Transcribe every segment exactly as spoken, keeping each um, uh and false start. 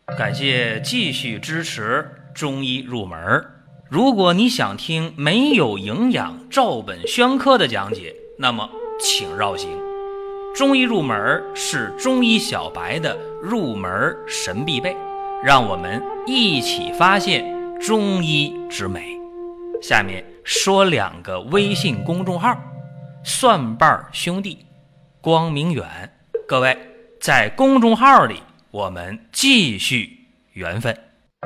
感谢继续支持中医入门。如果你想听没有营养照本宣科的讲解，那么请绕行。中医入门是中医小白的入门神必备，让我们一起发现中医之美。下面说两个微信公众号：蒜瓣兄弟、光明远。各位在公众号里，我们继续缘分。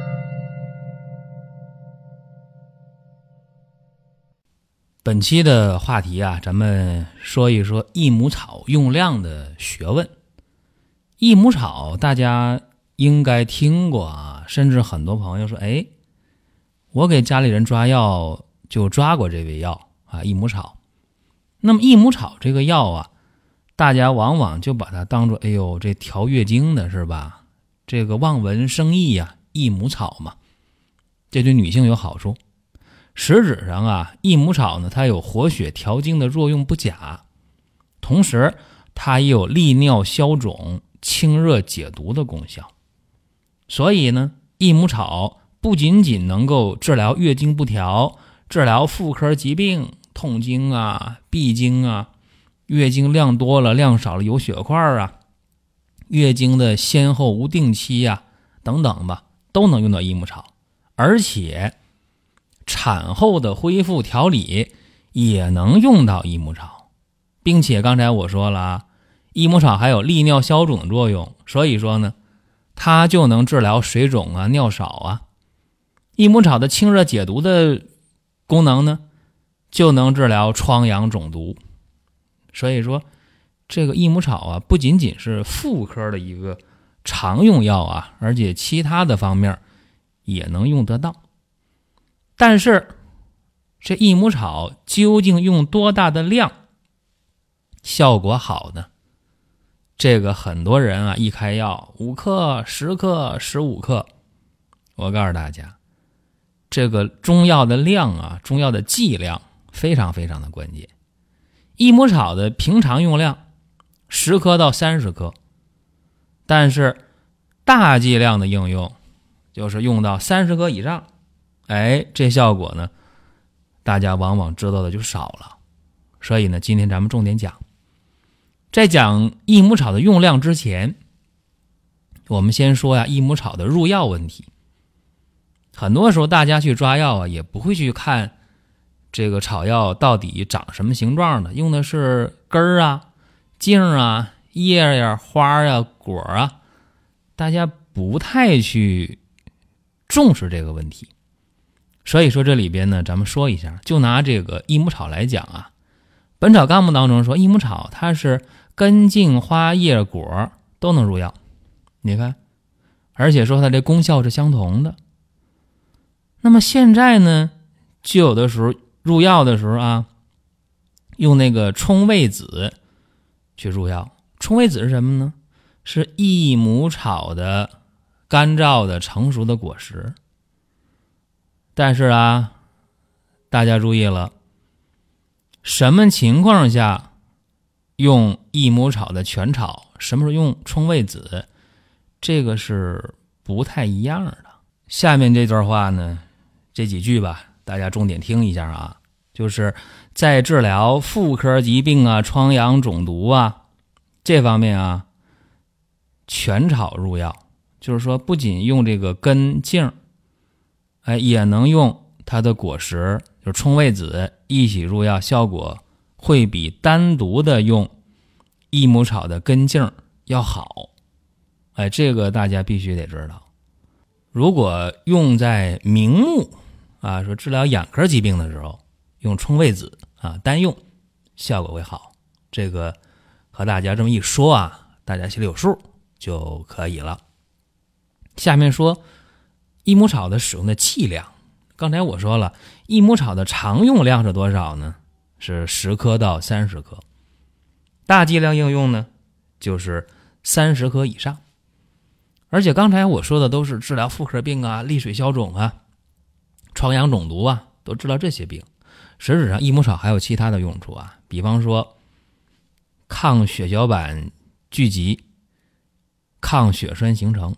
本期的话题啊，咱们说一说益母草用量的学问。益母草大家应该听过啊，甚至很多朋友说，哎，我给家里人抓药就抓过这味药啊，益母草。那么益母草这个药啊，大家往往就把它当作，哎呦，这调月经的是吧？这个望闻生义呀、啊，益母草嘛，这对女性有好处。实质上啊，益母草呢，它有活血调经的作用不假，同时它也有利尿消肿、清热解毒的功效。所以呢，益母草不仅仅能够治疗月经不调，治疗妇科疾病、痛经啊、闭经啊，月经量多了、量少了有血块啊，月经的先后无定期啊等等吧，都能用到益母草。而且产后的恢复调理也能用到益母草，并且刚才我说了啊，益母草还有利尿消肿的作用，所以说呢，它就能治疗水肿啊、尿少啊。益母草的清热解毒的功能呢，就能治疗疮疡肿毒。所以说这个益母草啊，不仅仅是妇科的一个常用药啊，而且其他的方面也能用得到。但是这益母草究竟用多大的量效果好呢？这个很多人啊，一开药五克、十克、十五克，我告诉大家，这个中药的量啊，中药的剂量非常非常的关键。益母草的平常用量十克到三十克，但是大剂量的应用就是用到三十克以上，哎，这效果呢，大家往往知道的就少了。所以呢，今天咱们重点讲，在讲益母草的用量之前，我们先说呀益母草的入药问题。很多时候大家去抓药啊，也不会去看这个草药到底长什么形状的，用的是根儿啊、茎啊、叶呀、花呀、果啊，大家不太去重视这个问题。所以说这里边呢，咱们说一下，就拿这个益母草来讲啊，本草纲目当中说，益母草它是根茎花叶果都能入药，你看，而且说它这功效是相同的。那么现在呢，就有的时候入药的时候啊，用那个冲味子去入药。冲味子是什么呢？是益母草的干燥的成熟的果实。但是啊，大家注意了，什么情况下用益母草的全草，什么时候用冲味子，这个是不太一样的。下面这段话呢，这几句吧，大家重点听一下啊，就是在治疗妇科疾病啊、疮疡肿毒啊这方面啊，全草入药，就是说不仅用这个根茎，哎，也能用它的果实，就是冲味子一起入药，效果会比单独的用益母草的根茎要好。哎，这个大家必须得知道。如果用在明目啊，说治疗眼科疾病的时候，用冲味子啊单用效果会好。这个和大家这么一说啊，大家心里有数就可以了。下面说益母草的使用的剂量。刚才我说了，益母草的常用量是多少呢？是十克到三十克。大剂量应用呢，就是三十克以上。而且刚才我说的都是治疗妇科病啊、利水消肿啊、疮疡肿毒啊，都治疗这些病。实质上益母草还有其他的用处啊，比方说抗血小板聚集、抗血栓形成，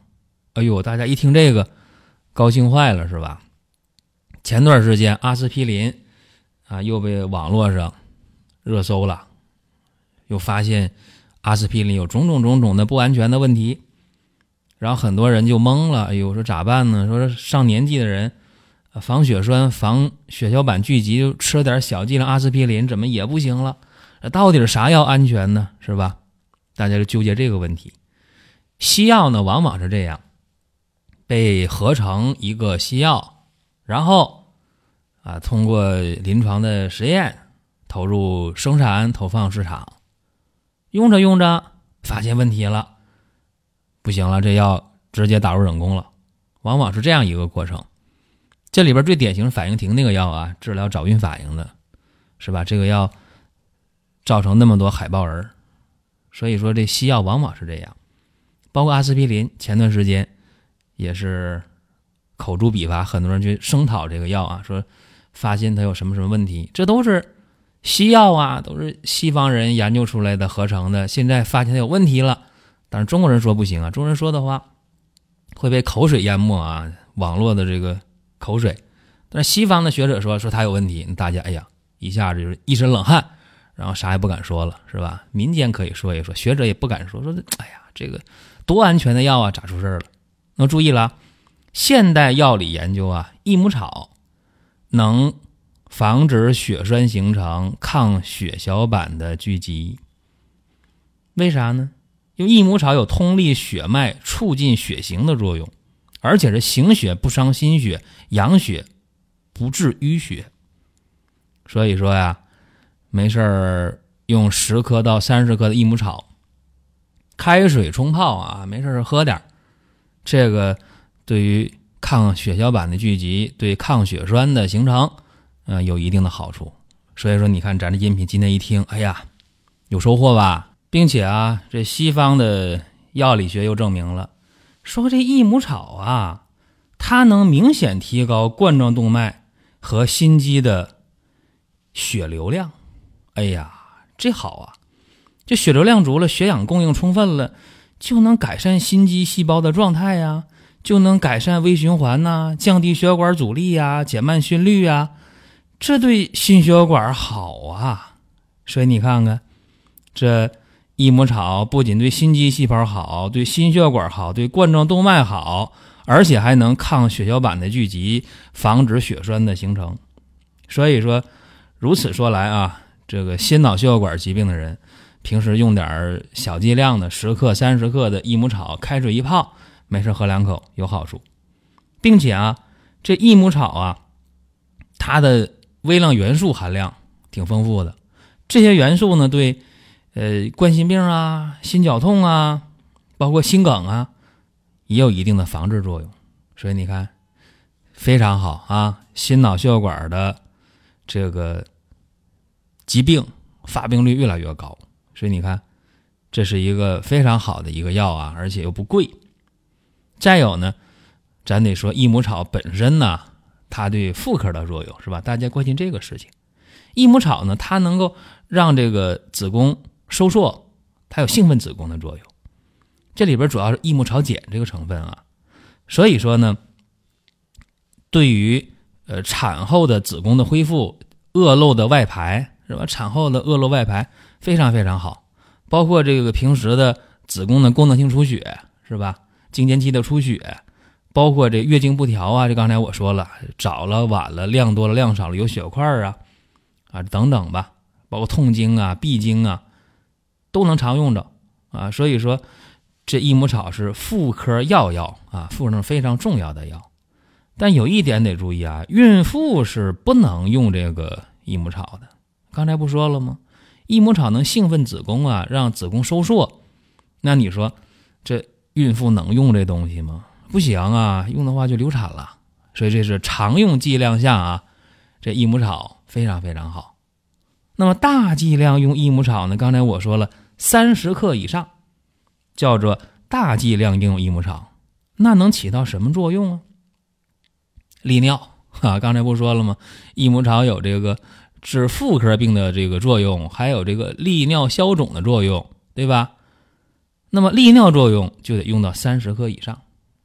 哎呦，大家一听这个高兴坏了是吧？前段时间阿司匹林啊又被网络上热搜了，又发现阿司匹林有种种种种的不安全的问题，然后很多人就懵了，哎呦，说咋办呢？说上年纪的人防血栓防血小板聚集就吃了点小剂量阿司匹林怎么也不行了，到底是啥药安全呢？是吧？大家就纠结这个问题。西药呢往往是这样，被合成一个西药，然后啊通过临床的实验投入生产投放市场，用着用着发现问题了，不行了，这药直接打入人工了，往往是这样一个过程。这里边最典型是反应停那个药啊，治疗早孕反应的，是吧？这个药造成那么多海豹人，所以说这西药往往是这样。包括阿司匹林，前段时间也是口诛笔伐，很多人去声讨这个药啊，说发现它有什么什么问题，这都是西药啊，都是西方人研究出来的合成的，现在发现它有问题了，但是中国人说不行啊，中国人说的话会被口水淹没啊，网络的这个口水。但是西方的学者说说它有问题，大家哎呀一下子就是一身冷汗，然后啥也不敢说了，是吧？民间可以说一说，学者也不敢说，说哎呀这个多安全的药啊，咋出事了？那注意了，现代药理研究啊，益母草能防止血栓形成抗血小板的聚集。为啥呢？因为益母草有通利血脉、促进血行的作用，而且是行血不伤心血，养血不致淤血。所以说呀，没事儿用十克到三十克的益母草，开水冲泡啊，没事喝点，这个对于抗血小板的聚集，对抗血栓的形成，呃，有一定的好处。所以说，你看咱这音频今天一听，哎呀，有收获吧？并且啊，这西方的药理学又证明了，说这益母草啊，它能明显提高冠状动脉和心肌的血流量。哎呀，这好啊！这血流量足了，血氧供应充分了，就能改善心肌细胞的状态呀，就能改善微循环呐、啊，降低血管阻力呀，减慢心率呀，这对心血管好啊。所以你看看，这益母草不仅对心肌细胞好，对心血管好，对冠状动脉好，而且还能抗血小板的聚集，防止血栓的形成。所以说，如此说来啊，这个心脑血管疾病的人，平时用点小剂量的十克、三十克的益母草，开水一泡，没事喝两口，有好处。并且啊，这益母草啊，它的微量元素含量挺丰富的。这些元素呢，对呃冠心病啊、心绞痛啊，包括心梗啊，也有一定的防治作用。所以你看，非常好啊，心脑血管的这个疾病发病率越来越高。所以你看，这是一个非常好的一个药啊，而且又不贵。再有呢，咱得说益母草本身呢，它对妇科的作用是吧？大家关心这个事情。益母草呢，它能够让这个子宫收缩，它有兴奋子宫的作用。这里边主要是益母草碱这个成分啊，所以说呢，对于呃产后的子宫的恢复、恶露的外排是吧？产后的恶露外排非常非常好，包括这个平时的子宫的功能性出血是吧？经间期的出血，包括这月经不调啊，这刚才我说了，早了晚了，量多了量少了，有血块啊啊等等吧，包括痛经啊、闭经啊，都能常用着啊。所以说，这益母草是妇科要药啊，妇科非常重要的药。但有一点得注意啊，孕妇是不能用这个益母草的。刚才不说了吗？益母草能兴奋子宫啊，让子宫收缩。那你说这孕妇能用这东西吗？不行啊，用的话就流产了。所以这是常用剂量下啊，这益母草非常非常好。那么大剂量用益母草呢，刚才我说了三十克以上叫做大剂量应用益母草，那能起到什么作用啊？利尿啊，刚才不说了吗？益母草有这个治妇科病的这个作用，还有这个利尿消肿的作用，对吧？那么利尿作用就得用到三十克以上。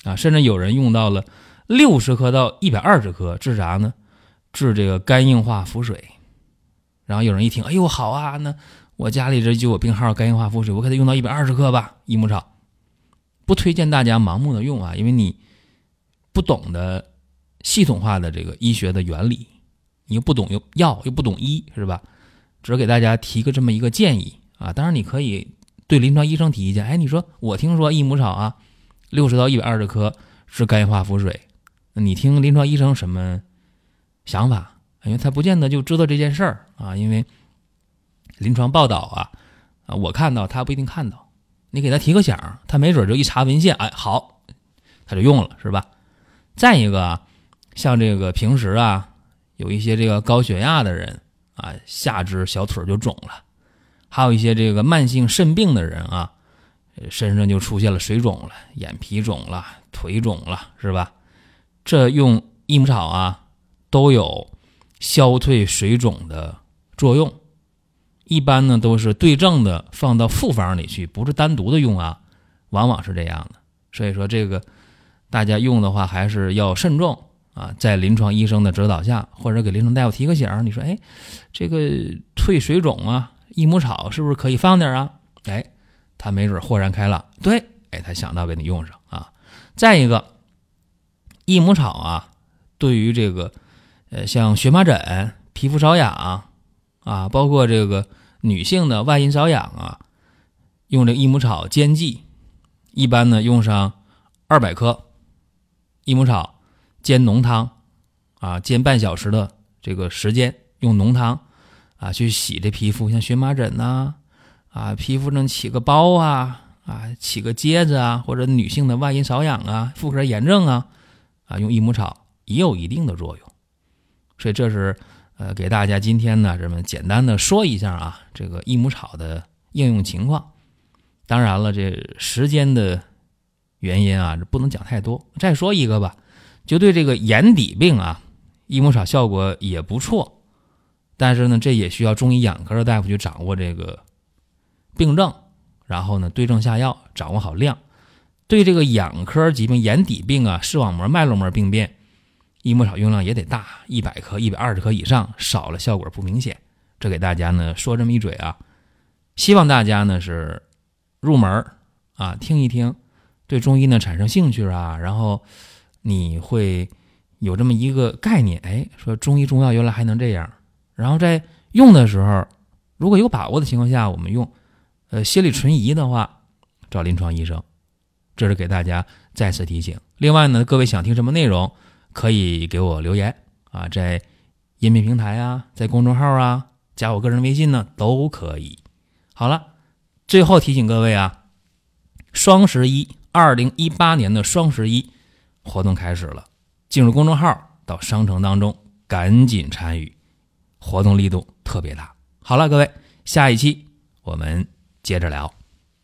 啊，甚至有人用到了六十克到一百二十克，治啥呢？治这个肝硬化腹水。然后有人一听，哎呦好啊，那我家里这就有病号肝硬化腹水，我给它用到一百二十克吧。益母草不推荐大家盲目的用啊，因为你不懂得系统化的这个医学的原理，你又不懂药又不懂医，是吧？只给大家提个这么一个建议啊。当然你可以对临床医生提意见，哎，你说我听说益母草啊六十到一百二十克是肝硬化腹水，那你听临床医生什么想法？因为他不见得就知道这件事儿啊，因为临床报道啊，啊，我看到他不一定看到，你给他提个醒，他没准就一查文献，哎，好，他就用了，是吧？再一个啊，像这个平时啊，有一些这个高血压的人啊，下肢小腿就肿了，还有一些这个慢性肾病的人啊，身上就出现了水肿了，眼皮肿了，腿肿了，是吧？这用益母草啊，都有消退水肿的作用，一般呢都是对症的放到复方里去，不是单独的用啊，往往是这样的。所以说这个大家用的话还是要慎重啊，在临床医生的指导下，或者给临床大夫提个醒，你说哎，这个退水肿啊，益母草是不是可以放点啊？哎，他没准豁然开朗，对，哎，他想到给你用上啊。再一个，益母草啊，对于这个呃，像荨麻疹、皮肤瘙痒啊，包括这个女性的外阴瘙痒啊，用这益母草煎剂，一般呢用上二百克益母草煎浓汤啊，煎半小时的这个时间，用浓汤啊去洗这皮肤，像荨麻疹呐啊，皮肤上起个包啊啊，起个疖子啊，或者女性的外阴瘙痒啊、妇科炎症啊啊，用益母草也有一定的作用。所以这是呃给大家今天呢这么简单的说一下啊，这个益母草的应用情况。当然了，这时间的原因啊，不能讲太多。再说一个吧，就对这个眼底病啊，益母草效果也不错，但是呢，这也需要中医养科的大夫去掌握这个病症，然后呢对症下药，掌握好量。对这个养科疾病眼底病啊、视网膜脉络膜病变，益母草用量也得大，一百克、一百二十克以上，少了效果不明显。这给大家呢说这么一嘴啊，希望大家呢是入门啊，听一听，对中医呢产生兴趣啊，然后你会有这么一个概念，哎，说中医中药原来还能这样。然后在用的时候，如果有把握的情况下，我们用呃心理存疑的话，找临床医生。这是给大家再次提醒。另外呢，各位想听什么内容，可以给我留言啊，在音频平台啊，在公众号啊，加我个人微信呢都可以。好了，最后提醒各位啊，双十一二零一八年的双十一活动开始了，进入公众号到商城当中赶紧参与，活动力度特别大。好了，各位，下一期我们接着聊。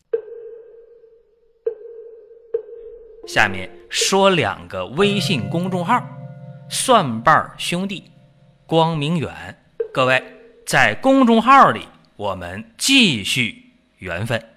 下面说两个微信公众号，蒜瓣兄弟、光明远。各位在公众号里我们继续缘分。